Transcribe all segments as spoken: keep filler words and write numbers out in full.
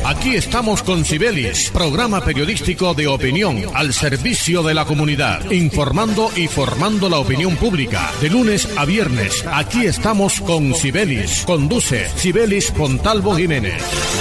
Aquí estamos con Cibelis, programa periodístico de opinión al servicio de la comunidad, informando y formando la opinión pública. De lunes a viernes, aquí estamos con Cibelis. Conduce Cibelis Pontalvo Jiménez.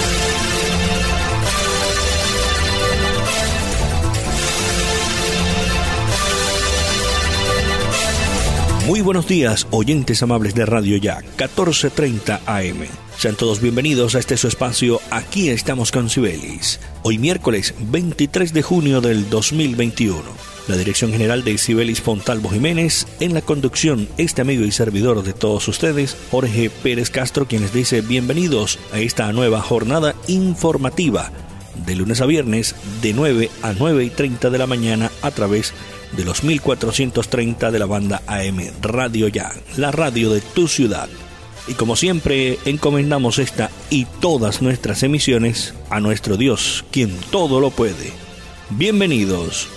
Muy buenos días, oyentes amables de Radio Ya, catorce treinta A M. Sean todos bienvenidos a este su espacio, Aquí estamos con Cibelis. Hoy miércoles veintitrés de junio del dos mil veintiuno. La dirección general de Cibelis Pontalvo Jiménez, en la conducción este amigo y servidor de todos ustedes, Jorge Pérez Castro, quien les dice bienvenidos a esta nueva jornada informativa, de lunes a viernes, de nueve a nueve y treinta de la mañana a través de los mil cuatrocientos treinta de la banda A M Radio Ya, la radio de tu ciudad. Y como siempre, encomendamos esta y todas nuestras emisiones a nuestro Dios, quien todo lo puede. Bienvenidos.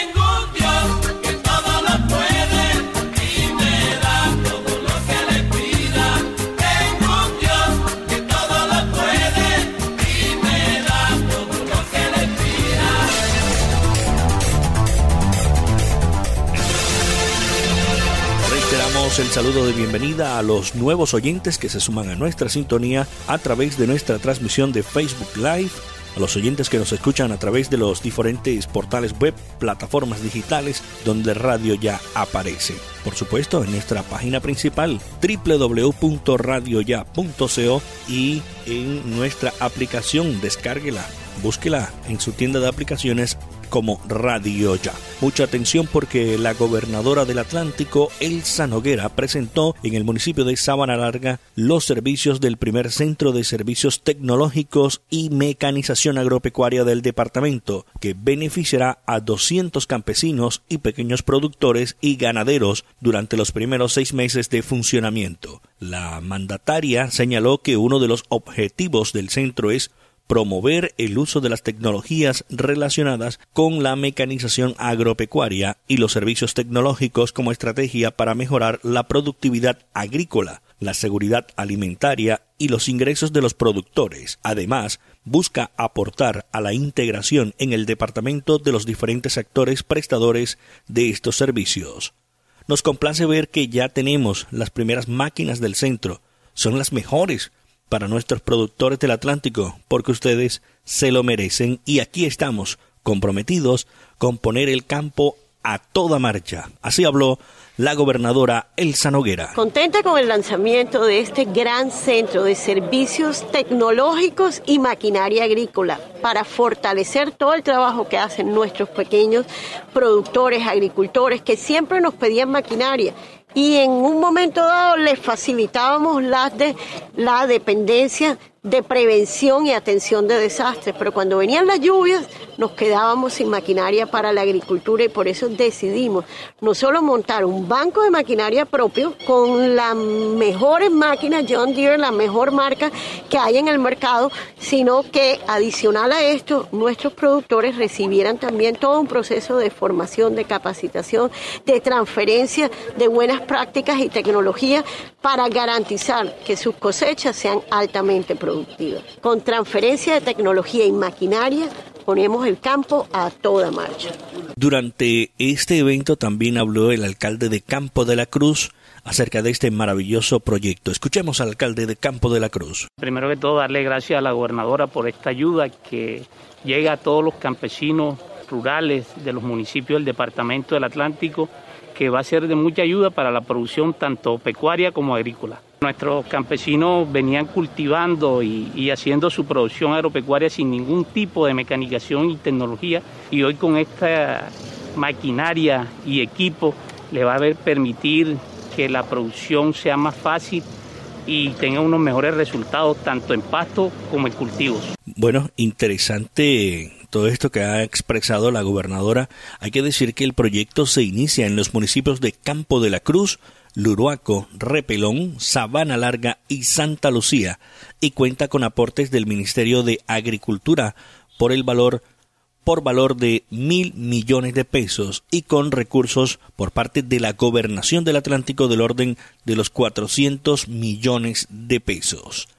El saludo de bienvenida a los nuevos oyentes que se suman a nuestra sintonía a través de nuestra transmisión de Facebook Live, a los oyentes que nos escuchan a través de los diferentes portales web, plataformas digitales donde Radio Ya aparece. Por supuesto, en nuestra página principal doble u doble u doble u punto radio ya punto co y en nuestra aplicación, descárguela, búsquela en su tienda de aplicaciones como Radio Ya. Mucha atención porque la gobernadora del Atlántico, Elsa Noguera, presentó en el municipio de Sabana Larga los servicios del primer Centro de Servicios Tecnológicos y Mecanización Agropecuaria del departamento, que beneficiará a doscientos campesinos y pequeños productores y ganaderos durante los primeros seis meses de funcionamiento. La mandataria señaló que uno de los objetivos del centro es promover el uso de las tecnologías relacionadas con la mecanización agropecuaria y los servicios tecnológicos como estrategia para mejorar la productividad agrícola, la seguridad alimentaria y los ingresos de los productores. Además, busca aportar a la integración en el departamento de los diferentes actores prestadores de estos servicios. Nos complace ver que ya tenemos las primeras máquinas del centro. Son las mejores para nuestros productores del Atlántico, porque ustedes se lo merecen y aquí estamos comprometidos con poner el campo a toda marcha. Así habló la gobernadora Elsa Noguera. Contenta con el lanzamiento de este gran centro de servicios tecnológicos y maquinaria agrícola para fortalecer todo el trabajo que hacen nuestros pequeños productores, agricultores, que siempre nos pedían maquinaria. Y en un momento dado les facilitábamos la, de, la dependencia de prevención y atención de desastres, pero cuando venían las lluvias nos quedábamos sin maquinaria para la agricultura y por eso decidimos no solo montar un banco de maquinaria propio con las mejores máquinas John Deere, la mejor marca que hay en el mercado, sino que adicional a esto nuestros productores recibieran también todo un proceso de formación, de capacitación, de transferencia de buenas prácticas y tecnología para garantizar que sus cosechas sean altamente productivas. Con transferencia de tecnología y maquinaria ponemos el campo a toda marcha. Durante este evento también habló el alcalde de Campo de la Cruz acerca de este maravilloso proyecto. Escuchemos al alcalde de Campo de la Cruz. Primero que todo, darle gracias a la gobernadora por esta ayuda que llega a todos los campesinos rurales de los municipios del departamento del Atlántico, que va a ser de mucha ayuda para la producción tanto pecuaria como agrícola. Nuestros campesinos venían cultivando y, y haciendo su producción agropecuaria sin ningún tipo de mecanización y tecnología, y hoy con esta maquinaria y equipo le va a permitir que la producción sea más fácil y tenga unos mejores resultados tanto en pasto como en cultivos. Bueno, interesante todo esto que ha expresado la gobernadora. Hay que decir que el proyecto se inicia en los municipios de Campo de la Cruz, Luruaco, Repelón, Sabana Larga y Santa Lucía, y cuenta con aportes del Ministerio de Agricultura por el valor por valor de mil millones de pesos y con recursos por parte de la Gobernación del Atlántico del orden de los cuatrocientos millones de pesos.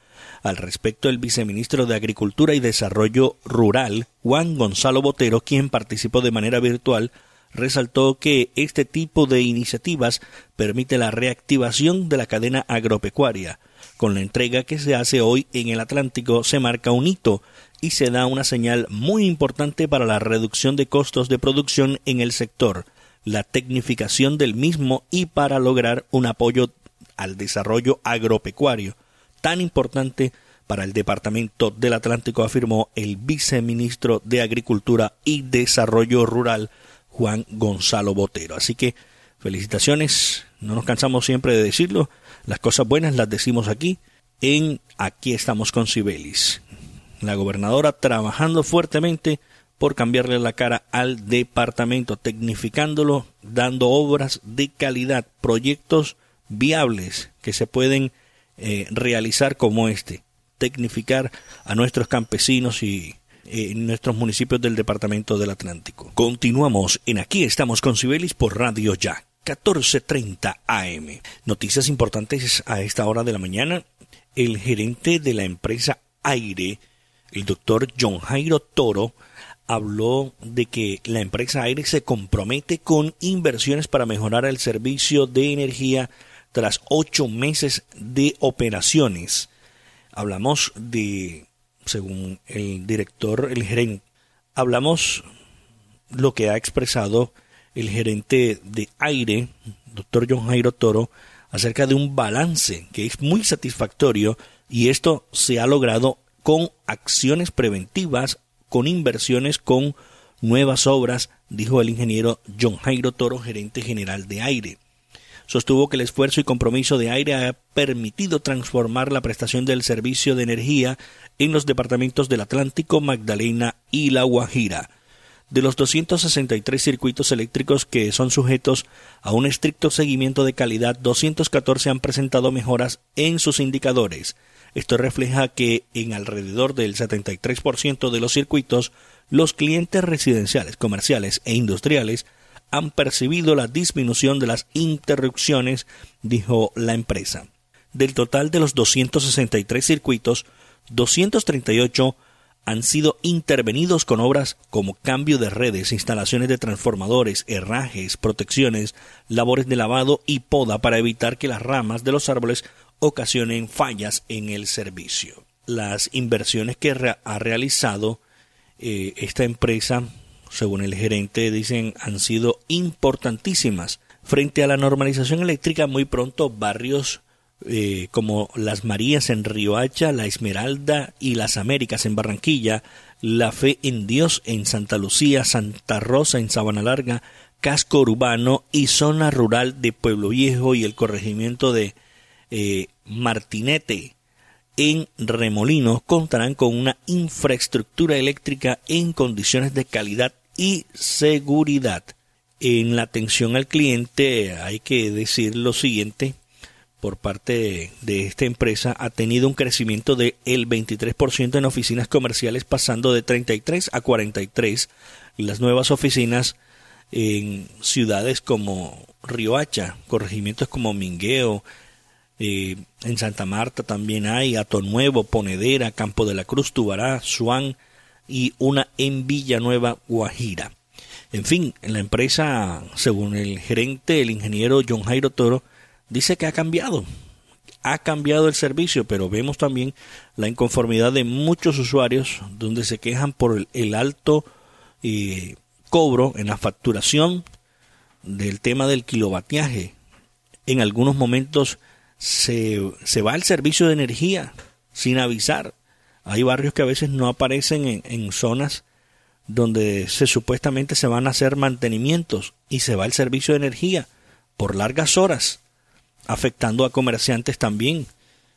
Al respecto, el viceministro de Agricultura y Desarrollo Rural, Juan Gonzalo Botero, quien participó de manera virtual, resaltó que este tipo de iniciativas permite la reactivación de la cadena agropecuaria. Con la entrega que se hace hoy en el Atlántico se marca un hito y se da una señal muy importante para la reducción de costos de producción en el sector, la tecnificación del mismo y para lograr un apoyo al desarrollo agropecuario, tan importante para el Departamento del Atlántico, afirmó el viceministro de Agricultura y Desarrollo Rural, Juan Gonzalo Botero. Así que felicitaciones, no nos cansamos siempre de decirlo, las cosas buenas las decimos aquí, en Aquí Estamos con Cibelis. La gobernadora trabajando fuertemente por cambiarle la cara al departamento, tecnificándolo, dando obras de calidad, proyectos viables que se pueden eh, realizar como este, tecnificar a nuestros campesinos y en nuestros municipios del Departamento del Atlántico. Continuamos en Aquí Estamos con Cibelis por Radio Ya, catorce treinta A M. Noticias importantes a esta hora de la mañana. El gerente de la empresa Aire, el doctor John Jairo Toro, habló de que la empresa Aire se compromete con inversiones para mejorar el servicio de energía tras ocho meses de operaciones. Hablamos de, según el director, el gerente, hablamos lo que ha expresado el gerente de Aire, doctor John Jairo Toro, acerca de un balance que es muy satisfactorio y esto se ha logrado con acciones preventivas, con inversiones, con nuevas obras, dijo el ingeniero John Jairo Toro, gerente general de Aire. Sostuvo que el esfuerzo y compromiso de Aire ha permitido transformar la prestación del servicio de energía en los departamentos del Atlántico, Magdalena y La Guajira. De los doscientos sesenta y tres circuitos eléctricos que son sujetos a un estricto seguimiento de calidad, doscientos catorce han presentado mejoras en sus indicadores. Esto refleja que en alrededor del setenta y tres por ciento de los circuitos, los clientes residenciales, comerciales e industriales han percibido la disminución de las interrupciones, dijo la empresa. Del total de los doscientos sesenta y tres circuitos, doscientos treinta y ocho han sido intervenidos con obras como cambio de redes, instalaciones de transformadores, herrajes, protecciones, labores de lavado y poda para evitar que las ramas de los árboles ocasionen fallas en el servicio. Las inversiones que re- ha realizado eh, esta empresa, según el gerente, dicen, han sido importantísimas. Frente a la normalización eléctrica, muy pronto barrios eh, como Las Marías en Riohacha, La Esmeralda y Las Américas en Barranquilla, La Fe en Dios en Santa Lucía, Santa Rosa en Sabana Larga, Casco Urbano y zona rural de Pueblo Viejo y el corregimiento de eh, Martinete en Remolinos contarán con una infraestructura eléctrica en condiciones de calidad y seguridad. En la atención al cliente hay que decir lo siguiente: por parte de, de esta empresa ha tenido un crecimiento del veintitrés por ciento en oficinas comerciales, pasando de treinta y tres a cuarenta y tres. Las nuevas oficinas en ciudades como Riohacha, corregimientos como Mingueo, eh, en Santa Marta también hay, Hato Nuevo, Ponedera, Campo de la Cruz, Tubará, Suán y una en Villanueva, Guajira. En fin, la empresa, según el gerente, el ingeniero John Jairo Toro, dice que ha cambiado, ha cambiado el servicio, pero vemos también la inconformidad de muchos usuarios donde se quejan por el, el alto eh, cobro en la facturación del tema del kilovatiaje. En algunos momentos se, se va el servicio de energía sin avisar. Hay barrios que a veces no aparecen en, en zonas donde se supuestamente se van a hacer mantenimientos y se va el servicio de energía por largas horas, afectando a comerciantes también.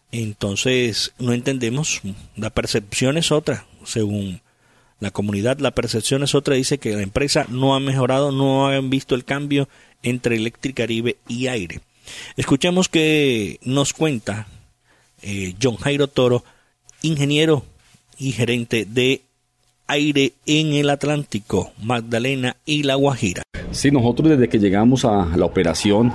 Entonces no entendemos, la percepción es otra, según la comunidad la percepción es otra, dice que la empresa no ha mejorado, no han visto el cambio entre Electricaribe y Aire. Escuchemos que nos cuenta eh, John Jairo Toro, ingeniero y gerente de Aire en el Atlántico, Magdalena y La Guajira. Sí, nosotros desde que llegamos a la operación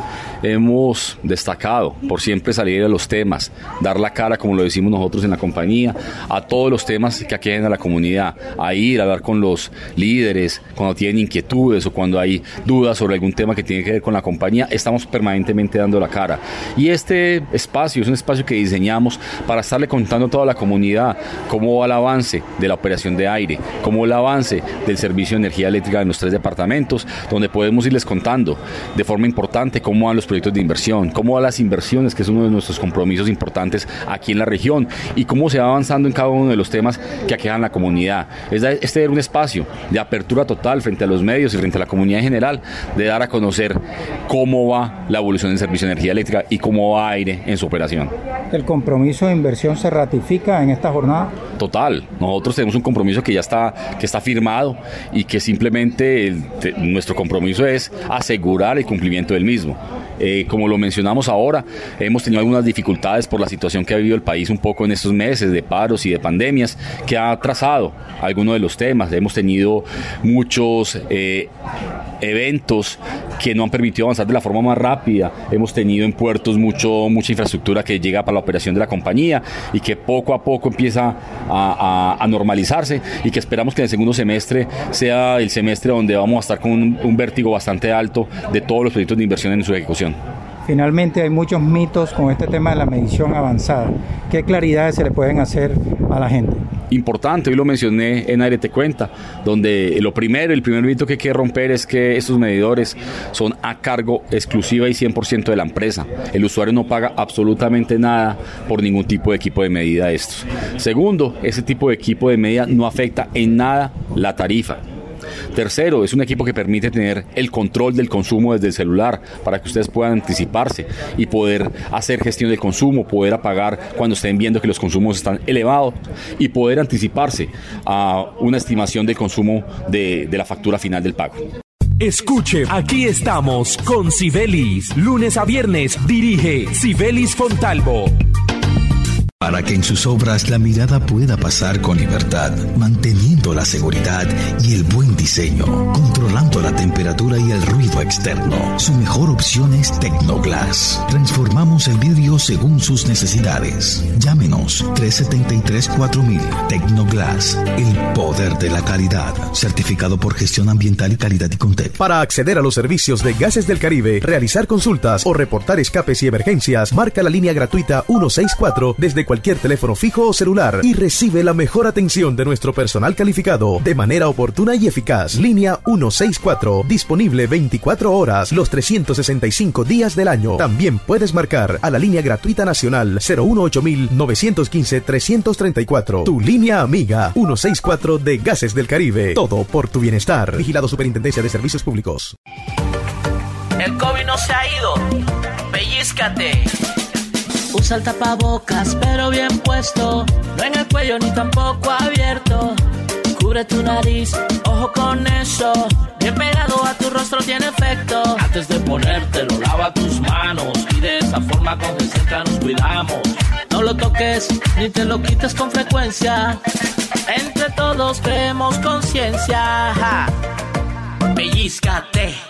hemos destacado por siempre salir de los temas, dar la cara, como lo decimos nosotros en la compañía, a todos los temas que aquejen a la comunidad, a ir a hablar con los líderes cuando tienen inquietudes o cuando hay dudas sobre algún tema que tiene que ver con la compañía. Estamos permanentemente dando la cara. Y este espacio es un espacio que diseñamos para estarle contando a toda la comunidad cómo va el avance de la operación de aire, cómo va el avance del servicio de energía eléctrica en los tres departamentos, donde podemos irles contando de forma importante cómo van los proyectos de inversión, cómo van las inversiones, que es uno de nuestros compromisos importantes aquí en la región, y cómo se va avanzando en cada uno de los temas que aquejan la comunidad. Este era un espacio de apertura total frente a los medios y frente a la comunidad en general, de dar a conocer cómo va la evolución del servicio de energía eléctrica y cómo va aire en su operación. ¿El compromiso de inversión se ratifica en esta jornada? Total, nosotros tenemos un compromiso que ya está, que está firmado y que simplemente el, te, nuestro compromiso es asegurar el cumplimiento del mismo. Eh, como lo mencionamos ahora, hemos tenido algunas dificultades por la situación que ha vivido el país un poco en estos meses de paros y de pandemias, que ha atrasado algunos de los temas. Hemos tenido muchos eh, eventos que no han permitido avanzar de la forma más rápida. Hemos tenido en puertos mucho, mucha infraestructura que llega para la operación de la compañía y que poco a poco empieza a, a, a normalizarse, y que esperamos que en el segundo semestre sea el semestre donde vamos a estar con un, un vértigo bastante alto de todos los proyectos de inversión en su ejecución. Finalmente, hay muchos mitos con este tema de la medición avanzada. ¿Qué claridades se le pueden hacer a la gente? Importante, hoy lo mencioné en Aire Te Cuenta, donde lo primero, el primer mito que hay que romper es que estos medidores son a cargo exclusiva y cien por ciento de la empresa. El usuario no paga absolutamente nada por ningún tipo de equipo de medida de estos. Segundo, ese tipo de equipo de medida no afecta en nada la tarifa. Tercero, es un equipo que permite tener el control del consumo desde el celular para que ustedes puedan anticiparse y poder hacer gestión del consumo, poder apagar cuando estén viendo que los consumos están elevados y poder anticiparse a una estimación del consumo de, de la factura final del pago. Escuche, aquí estamos con Sibelis. Lunes a viernes dirige Sibelis Fontalvo. Para que en sus obras la mirada pueda pasar con libertad, manteniendo la seguridad y el buen diseño, controlando la temperatura y el ruido externo. Su mejor opción es Tecnoglass. Transformamos el vidrio según sus necesidades. Llámenos tres siete tres cuatro mil. Tecnoglass, el poder de la calidad. Certificado por Gestión Ambiental y Calidad y Contec. Para acceder a los servicios de Gases del Caribe, realizar consultas o reportar escapes y emergencias, marca la línea gratuita ciento sesenta y cuatro desde cualquier teléfono fijo o celular y recibe la mejor atención de nuestro personal calificado de manera oportuna y eficaz. Línea ciento sesenta y cuatro, disponible veinticuatro horas los trescientos sesenta y cinco días del año. También puedes marcar a la línea gratuita nacional cero uno ocho nueve uno cinco tres tres cuatro. Tu línea amiga ciento sesenta y cuatro de Gases del Caribe. Todo por tu bienestar. Vigilado Superintendencia de Servicios Públicos. El COVID no se ha ido. Pellízcate. Usa el tapabocas, pero bien puesto, no en el cuello ni tampoco abierto. Cubre tu nariz, ojo con eso, bien pegado a tu rostro tiene efecto. Antes de ponértelo, lava tus manos y de esa forma con Geseca nos cuidamos. No lo toques, ni te lo quites con frecuencia. Entre todos creemos conciencia. Pellízcate.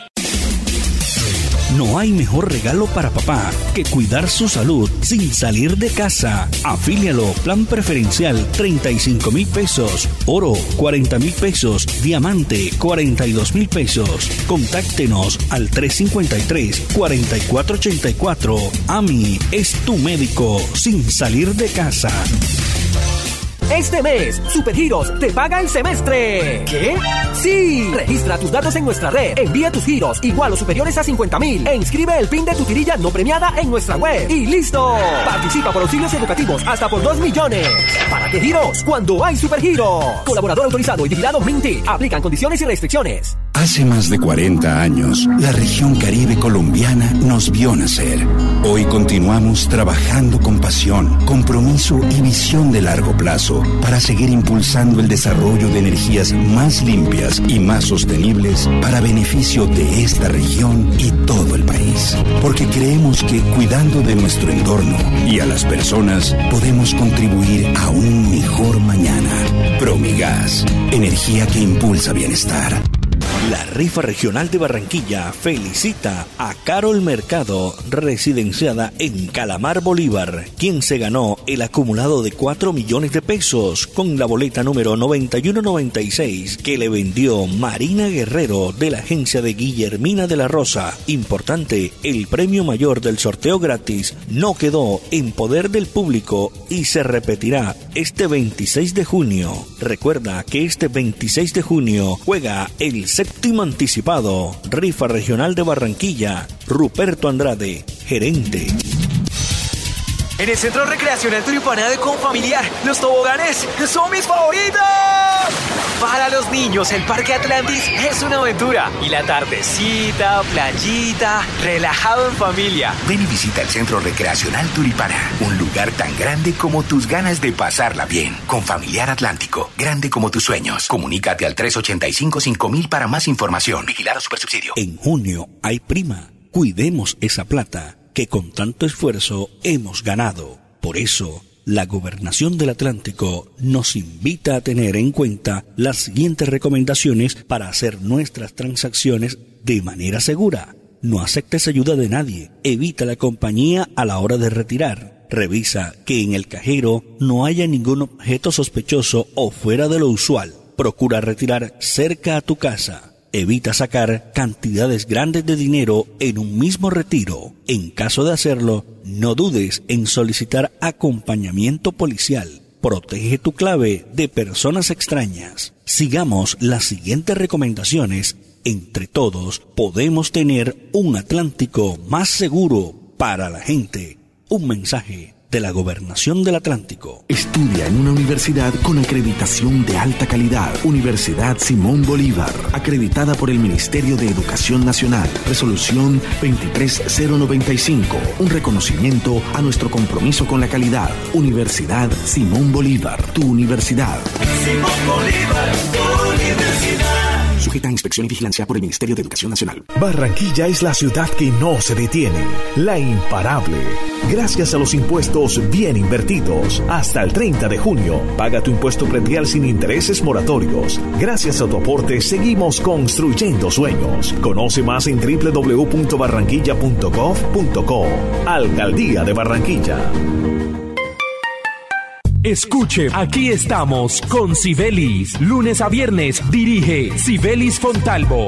No hay mejor regalo para papá que cuidar su salud sin salir de casa. Afílialo. Plan preferencial treinta y cinco mil pesos. Oro cuarenta mil pesos. Diamante cuarenta y dos mil pesos. Contáctenos al tres cinco tres, cuatro cuatro ocho cuatro. A M I es tu médico sin salir de casa. Este mes, Supergiros te paga el semestre. ¿Qué? ¡Sí! Registra tus datos en nuestra red, envía tus giros igual o superiores a cincuenta mil e inscribe el PIN de tu tirilla no premiada en nuestra web. ¡Y listo! Participa por auxilios educativos hasta por dos millones. ¿Para qué giros? Cuando hay Supergiros. Colaborador autorizado y vigilado Minty. Aplican condiciones y restricciones. Hace más de cuarenta años, la región Caribe colombiana nos vio nacer. Hoy continuamos trabajando con pasión, compromiso y visión de largo plazo para seguir impulsando el desarrollo de energías más limpias y más sostenibles para beneficio de esta región y todo el país. Porque creemos que cuidando de nuestro entorno y a las personas podemos contribuir a un mejor mañana. Promigas, energía que impulsa bienestar. La rifa regional de Barranquilla felicita a Carol Mercado, residenciada en Calamar Bolívar, quien se ganó el acumulado de cuatro millones de pesos con la boleta número noventa y uno noventa y seis que le vendió Marina Guerrero de la agencia de Guillermina de la Rosa. Importante, el premio mayor del sorteo gratis no quedó en poder del público y se repetirá este veintiséis de junio. Recuerda que este veintiséis de junio juega el séptimo anticipado, rifa regional de Barranquilla. Ruperto Andrade, gerente. En el Centro Recreacional Turipana de Confamiliar, los toboganes son mis favoritos. Para los niños, el Parque Atlantis es una aventura. Y la tardecita, playita, relajado en familia. Ven y visita el Centro Recreacional Turipana, un lugar tan grande como tus ganas de pasarla bien. Confamiliar Atlántico, grande como tus sueños. Comunícate al tres ochenta y cinco cinco mil para más información. Vigilado Supersubsidio. En junio hay prima. Cuidemos esa plata que con tanto esfuerzo hemos ganado. Por eso, la Gobernación del Atlántico nos invita a tener en cuenta las siguientes recomendaciones para hacer nuestras transacciones de manera segura. No aceptes ayuda de nadie. Evita la compañía a la hora de retirar. Revisa que en el cajero no haya ningún objeto sospechoso o fuera de lo usual. Procura retirar cerca a tu casa. Evita sacar cantidades grandes de dinero en un mismo retiro. En caso de hacerlo, no dudes en solicitar acompañamiento policial. Protege tu clave de personas extrañas. Sigamos las siguientes recomendaciones. Entre todos, podemos tener un Atlántico más seguro para la gente. Un mensaje de la Gobernación del Atlántico. Estudia en una universidad con acreditación de alta calidad. Universidad Simón Bolívar, acreditada por el Ministerio de Educación Nacional. Resolución veintitrés mil noventa y cinco. Un reconocimiento a nuestro compromiso con la calidad. Universidad Simón Bolívar, tu universidad. Simón Bolívar, tu universidad. Sujeta a inspección y vigilancia por el Ministerio de Educación Nacional. Barranquilla es la ciudad que no se detiene, la imparable. Gracias a los impuestos bien invertidos. Hasta el treinta de junio, paga tu impuesto predial sin intereses moratorios. Gracias a tu aporte, seguimos construyendo sueños. Conoce más en doble u doble u doble u punto barranquilla punto gov punto co. Alcaldía de Barranquilla. Escuche, aquí estamos con Sibelis. Lunes a viernes dirige Sibelis Fontalvo.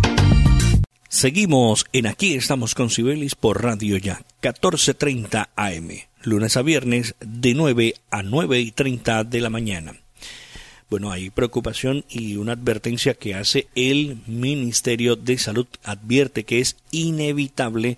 Seguimos en Aquí estamos con Sibelis por Radio Ya, catorce treinta A M. Lunes a viernes de nueve a nueve y treinta de la mañana. Bueno, hay preocupación y una advertencia que hace el Ministerio de Salud. Advierte que es inevitable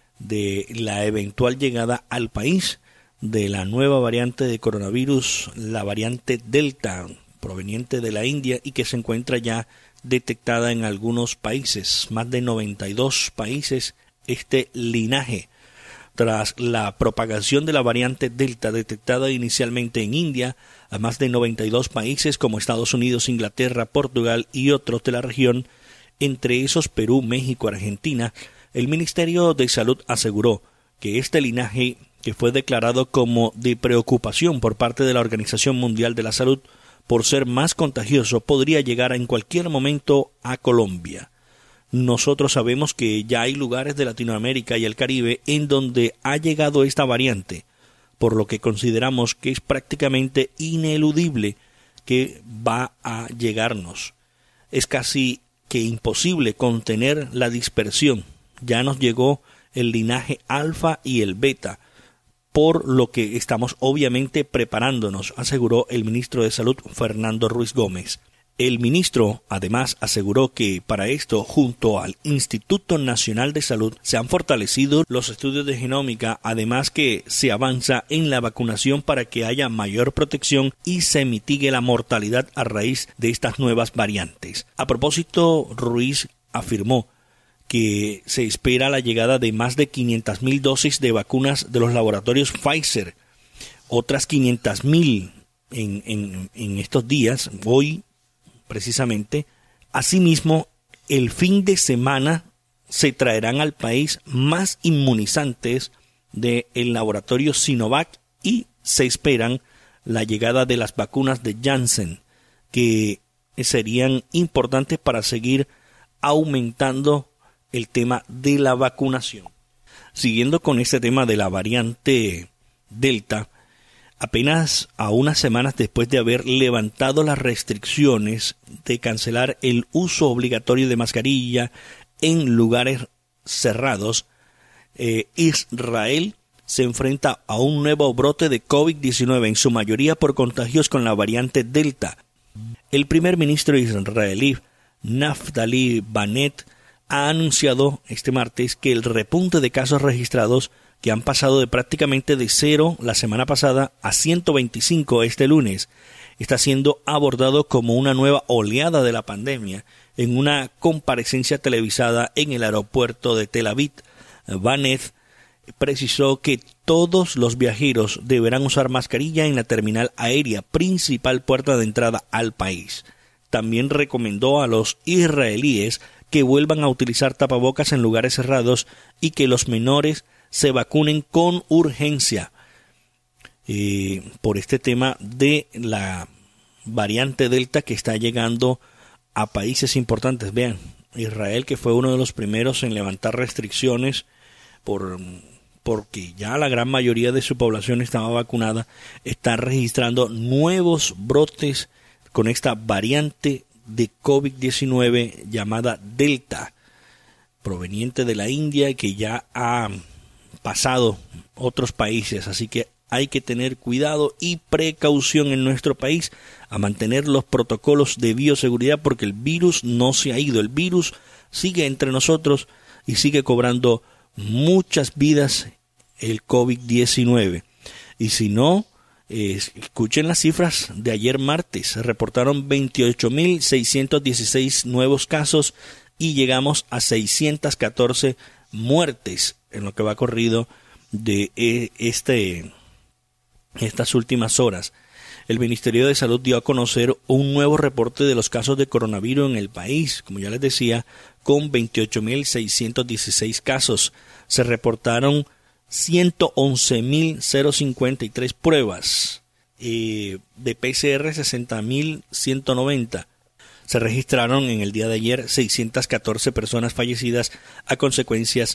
de la eventual llegada al país de la nueva variante de coronavirus, la variante Delta, proveniente de la India y que se encuentra ya detectada en algunos países, más de noventa y dos países, este linaje. Tras la propagación de la variante Delta detectada inicialmente en India, a más de noventa y dos países como Estados Unidos, Inglaterra, Portugal y otros de la región, entre esos Perú, México, Argentina, el Ministerio de Salud aseguró que este linaje, que fue declarado como de preocupación por parte de la Organización Mundial de la Salud por ser más contagioso, podría llegar en cualquier momento a Colombia. Nosotros sabemos que ya hay lugares de Latinoamérica y el Caribe en donde ha llegado esta variante, por lo que consideramos que es prácticamente ineludible que va a llegarnos. Es casi que imposible contener la dispersión. Ya nos llegó el linaje alfa y el beta, por lo que estamos obviamente preparándonos, aseguró el ministro de Salud Fernando Ruiz Gómez. El ministro además aseguró que para esto, junto al Instituto Nacional de Salud, se han fortalecido los estudios de genómica, además que se avanza en la vacunación para que haya mayor protección y se mitigue la mortalidad a raíz de estas nuevas variantes. A propósito, Ruiz afirmó que se espera la llegada de más de quinientas mil dosis de vacunas de los laboratorios Pfizer, otras quinientas mil en, en, en estos días, hoy precisamente. Asimismo, el fin de semana se traerán al país más inmunizantes del laboratorio Sinovac y se esperan la llegada de las vacunas de Janssen, que serían importantes para seguir aumentando el tema de la vacunación. Siguiendo con este tema de la variante Delta, apenas a unas semanas después de haber levantado las restricciones de cancelar el uso obligatorio de mascarilla en lugares cerrados, eh, Israel se enfrenta a un nuevo brote de COVID diecinueve, en su mayoría por contagios con la variante Delta. El primer ministro israelí, Naftali Bennett, ha anunciado este martes que el repunte de casos registrados, que han pasado de prácticamente de cero la semana pasada a ciento veinticinco este lunes, está siendo abordado como una nueva oleada de la pandemia en una comparecencia televisada en el aeropuerto de Tel Aviv. Bennett precisó que todos los viajeros deberán usar mascarilla en la terminal aérea, principal puerta de entrada al país. También recomendó a los israelíes que vuelvan a utilizar tapabocas en lugares cerrados y que los menores se vacunen con urgencia eh, por este tema de la variante Delta que está llegando a países importantes. Vean, Israel, que fue uno de los primeros en levantar restricciones por porque ya la gran mayoría de su población estaba vacunada, está registrando nuevos brotes con esta variante de COVID diecinueve llamada Delta, proveniente de la India y que ya ha pasado otros países. Así que hay que tener cuidado y precaución en nuestro país a mantener los protocolos de bioseguridad, porque el virus no se ha ido, el virus sigue entre nosotros y sigue cobrando muchas vidas, el COVID diecinueve. Y si no, eh, escuchen las cifras de ayer martes. Se reportaron veintiocho mil seiscientos dieciséis nuevos casos y llegamos a seiscientas catorce muertes en lo que va corrido de eh, este, estas últimas horas. El Ministerio de Salud dio a conocer un nuevo reporte de los casos de coronavirus en el país, como ya les decía, con veintiocho mil seiscientos dieciséis casos. Se reportaron ciento once mil cincuenta y tres pruebas eh, de P C R, sesenta mil ciento noventa. Se registraron en el día de ayer seiscientas catorce personas fallecidas a consecuencias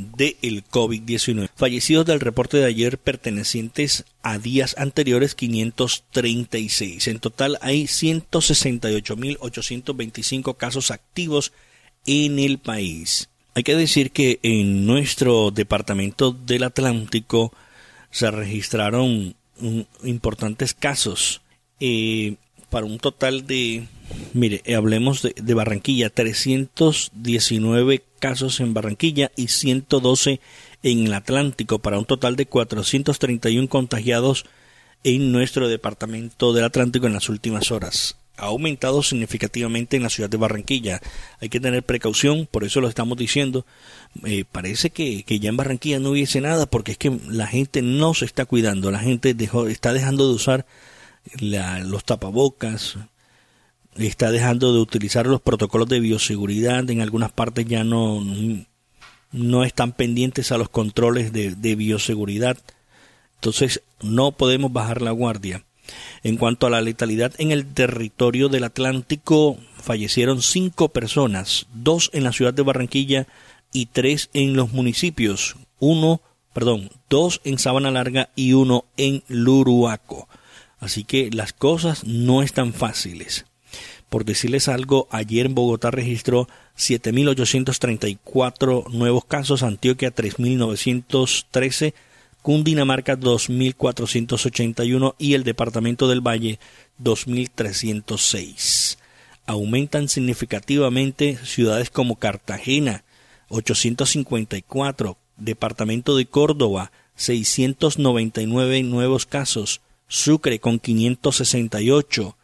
del COVID diecinueve. Fallecidos del reporte de ayer pertenecientes a días anteriores, quinientos treinta y seis. En total hay ciento sesenta y ocho mil ochocientos veinticinco casos activos en el país. Hay que decir que en nuestro departamento del Atlántico se registraron un, importantes casos, eh, para un total de, mire, hablemos de, de Barranquilla, trescientos diecinueve casos en Barranquilla y ciento doce en el Atlántico, para un total de cuatrocientos treinta y uno contagiados en nuestro departamento del Atlántico en las últimas horas. Ha aumentado significativamente en la ciudad de Barranquilla. Hay que tener precaución, por eso lo estamos diciendo. Eh, parece que, que ya en Barranquilla no hubiese nada, porque es que la gente no se está cuidando. La gente dejó, está dejando de usar la, los tapabocas, está dejando de utilizar los protocolos de bioseguridad. En algunas partes ya no, no están pendientes a los controles de, de bioseguridad. Entonces no podemos bajar la guardia. En cuanto a la letalidad en el territorio del Atlántico, fallecieron cinco personas, dos en la ciudad de Barranquilla y tres en los municipios, uno, perdón, dos en Sabana Larga y uno en Luruaco. Así que las cosas no están fáciles. Por decirles algo, ayer en Bogotá registró siete mil ochocientos treinta y cuatro nuevos casos, Antioquia tres mil novecientos trece, Cundinamarca dos mil cuatrocientos ochenta y uno y el departamento del Valle dos mil trescientos seis. Aumentan significativamente ciudades como Cartagena ochocientos cincuenta y cuatro, departamento de Córdoba seiscientos noventa y nueve nuevos casos, Sucre con quinientos sesenta y ocho,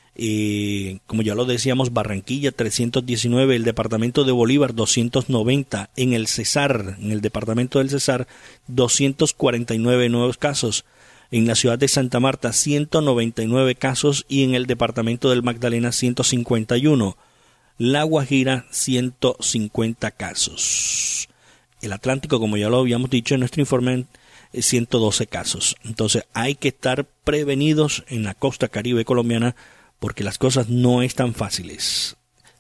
eh, como ya lo decíamos, Barranquilla trescientos diecinueve, el departamento de Bolívar doscientos noventa, en el Cesar, en el departamento del Cesar doscientos cuarenta y nueve nuevos casos, en la ciudad de Santa Marta ciento noventa y nueve casos y en el departamento del Magdalena ciento cincuenta y uno, La Guajira ciento cincuenta casos. El Atlántico, como ya lo habíamos dicho en nuestro informe, ciento doce casos. Entonces hay que estar prevenidos en la costa caribe colombiana, porque las cosas no están fáciles.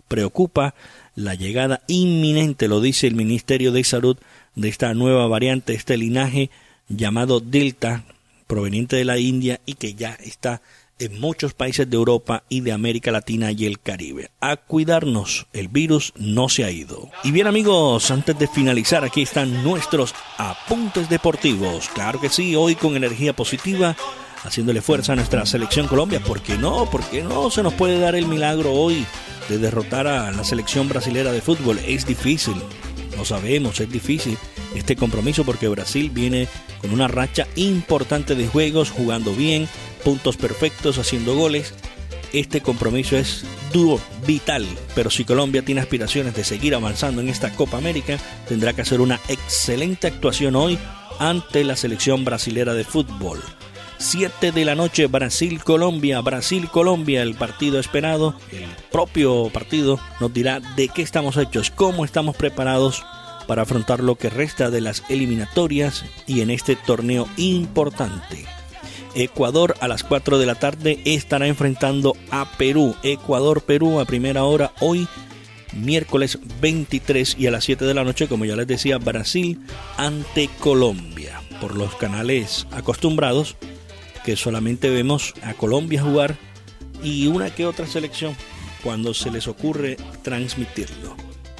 preocupa la llegada inminente, lo dice el Ministerio de Salud, de esta nueva variante, este linaje llamado Delta, proveniente de la India y que ya está en muchos países de Europa y de América Latina y el Caribe. A cuidarnos, el virus no se ha ido. Y bien amigos, antes de finalizar, aquí están nuestros apuntes deportivos. Claro que sí, hoy con energía positiva, haciéndole fuerza a nuestra selección Colombia. ¿Por qué no? ¿Por qué no se nos puede dar el milagro hoy de derrotar a la selección brasilera de fútbol? Es difícil, lo sabemos, es difícil este compromiso porque Brasil viene con una racha importante de juegos, jugando bien, puntos perfectos, haciendo goles. Este compromiso es duro, vital, pero si Colombia tiene aspiraciones de seguir avanzando en esta Copa América, tendrá que hacer una excelente actuación hoy ante la selección brasilera de fútbol. siete de la noche, Brasil-Colombia, Brasil-Colombia, el partido esperado. El propio partido nos dirá de qué estamos hechos, cómo estamos preparados para afrontar lo que resta de las eliminatorias y en este torneo importante. Ecuador a las cuatro de la tarde estará enfrentando a Perú. Ecuador-Perú a primera hora hoy, miércoles veintitrés, y a las siete de la noche, como ya les decía, Brasil ante Colombia. Por los canales acostumbrados, que solamente vemos a Colombia jugar y una que otra selección cuando se les ocurre transmitirlo.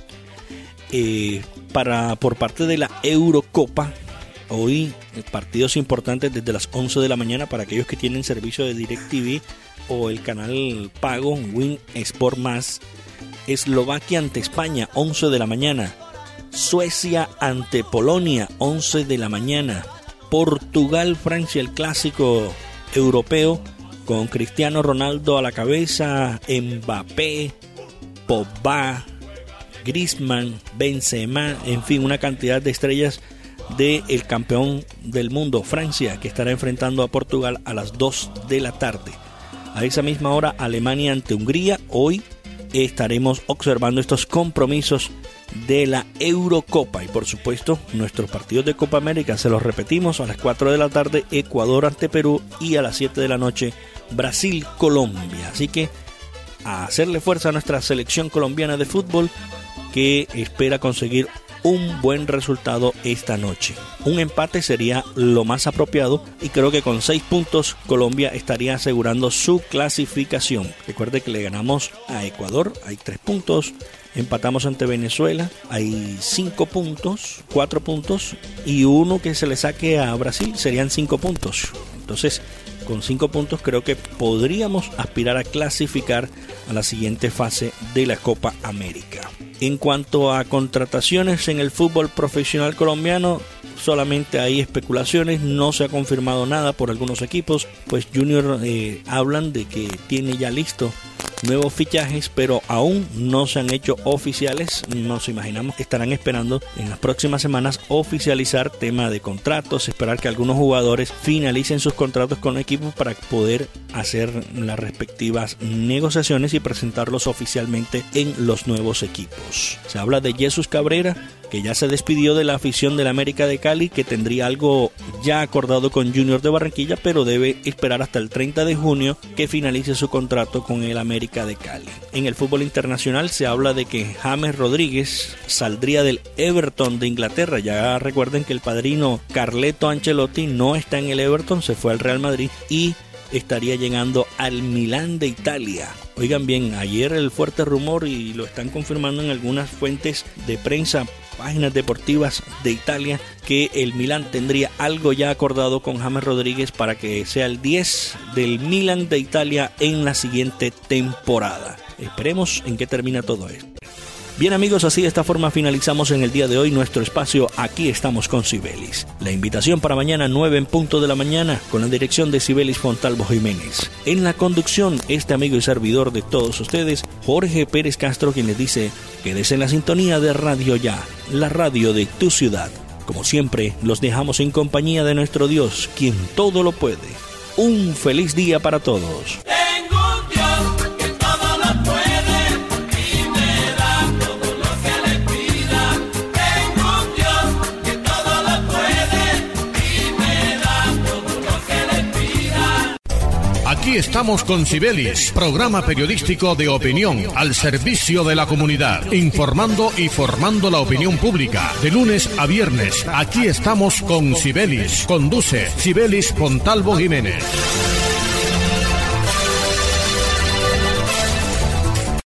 Eh, para, por parte de la Eurocopa, hoy partidos importantes desde las once de la mañana para aquellos que tienen servicio de DirecTV o el canal pago Win Sport Más. Eslovaquia ante España, once de la mañana. Suecia ante Polonia, once de la mañana. Portugal, Francia, el clásico europeo con Cristiano Ronaldo a la cabeza, Mbappé, Pogba, Griezmann, Benzema, en fin, una cantidad de estrellas del campeón del mundo, Francia, que estará enfrentando a Portugal a las dos de la tarde. A esa misma hora, Alemania ante Hungría. Hoy estaremos observando estos compromisos de la Eurocopa y por supuesto nuestros partidos de Copa América se los repetimos: a las cuatro de la tarde Ecuador ante Perú y a las siete de la noche Brasil-Colombia. Así que a hacerle fuerza a nuestra selección colombiana de fútbol, que espera conseguir un buen resultado esta noche. Un empate sería lo más apropiado y creo que con seis puntos Colombia estaría asegurando su clasificación. Recuerde que le ganamos a Ecuador, hay tres puntos. Empatamos ante Venezuela, hay cinco puntos, cuatro puntos, y uno que se le saque a Brasil serían cinco puntos. Entonces, con cinco puntos creo que podríamos aspirar a clasificar a la siguiente fase de la Copa América. En cuanto a contrataciones en el fútbol profesional colombiano, solamente hay especulaciones, no se ha confirmado nada por algunos equipos. Pues Junior eh, hablan de que tiene ya listo nuevos fichajes, pero aún no se han hecho oficiales. Nos imaginamos que estarán esperando en las próximas semanas oficializar tema de contratos, esperar que algunos jugadores finalicen sus contratos con equipos para poder hacer las respectivas negociaciones y presentarlos oficialmente en los nuevos equipos. Se habla de Jesús Cabrera, que ya se despidió de la afición del América de Cali, que tendría algo ya acordado con Junior de Barranquilla, pero debe esperar hasta el treinta de junio que finalice su contrato con el América de Cali. En el fútbol internacional se habla de que James Rodríguez saldría del Everton de Inglaterra. Ya recuerden que el padrino Carleto Ancelotti no está en el Everton, se fue al Real Madrid y estaría llegando al Milán de Italia. Oigan bien, ayer el fuerte rumor, y lo están confirmando en algunas fuentes de prensa, páginas deportivas de Italia, que el Milán tendría algo ya acordado con James Rodríguez para que sea el diez del Milán de Italia en la siguiente temporada. Esperemos en qué termina todo esto. Bien amigos, así de esta forma finalizamos en el día de hoy nuestro espacio Aquí estamos con Sibelis. La invitación para mañana nueve en punto de la mañana con la dirección de Sibelis Fontalvo Jiménez. En la conducción, este amigo y servidor de todos ustedes, Jorge Pérez Castro, quien les dice: quédese en la sintonía de Radio Ya, la radio de tu ciudad. Como siempre, los dejamos en compañía de nuestro Dios, quien todo lo puede. Un feliz día para todos. Aquí Aquí estamos con Cibelis, programa periodístico de opinión al servicio de la comunidad, informando y formando la opinión pública. De lunes a viernes, aquí estamos con Cibelis. Conduce Cibelis Pontalvo Jiménez.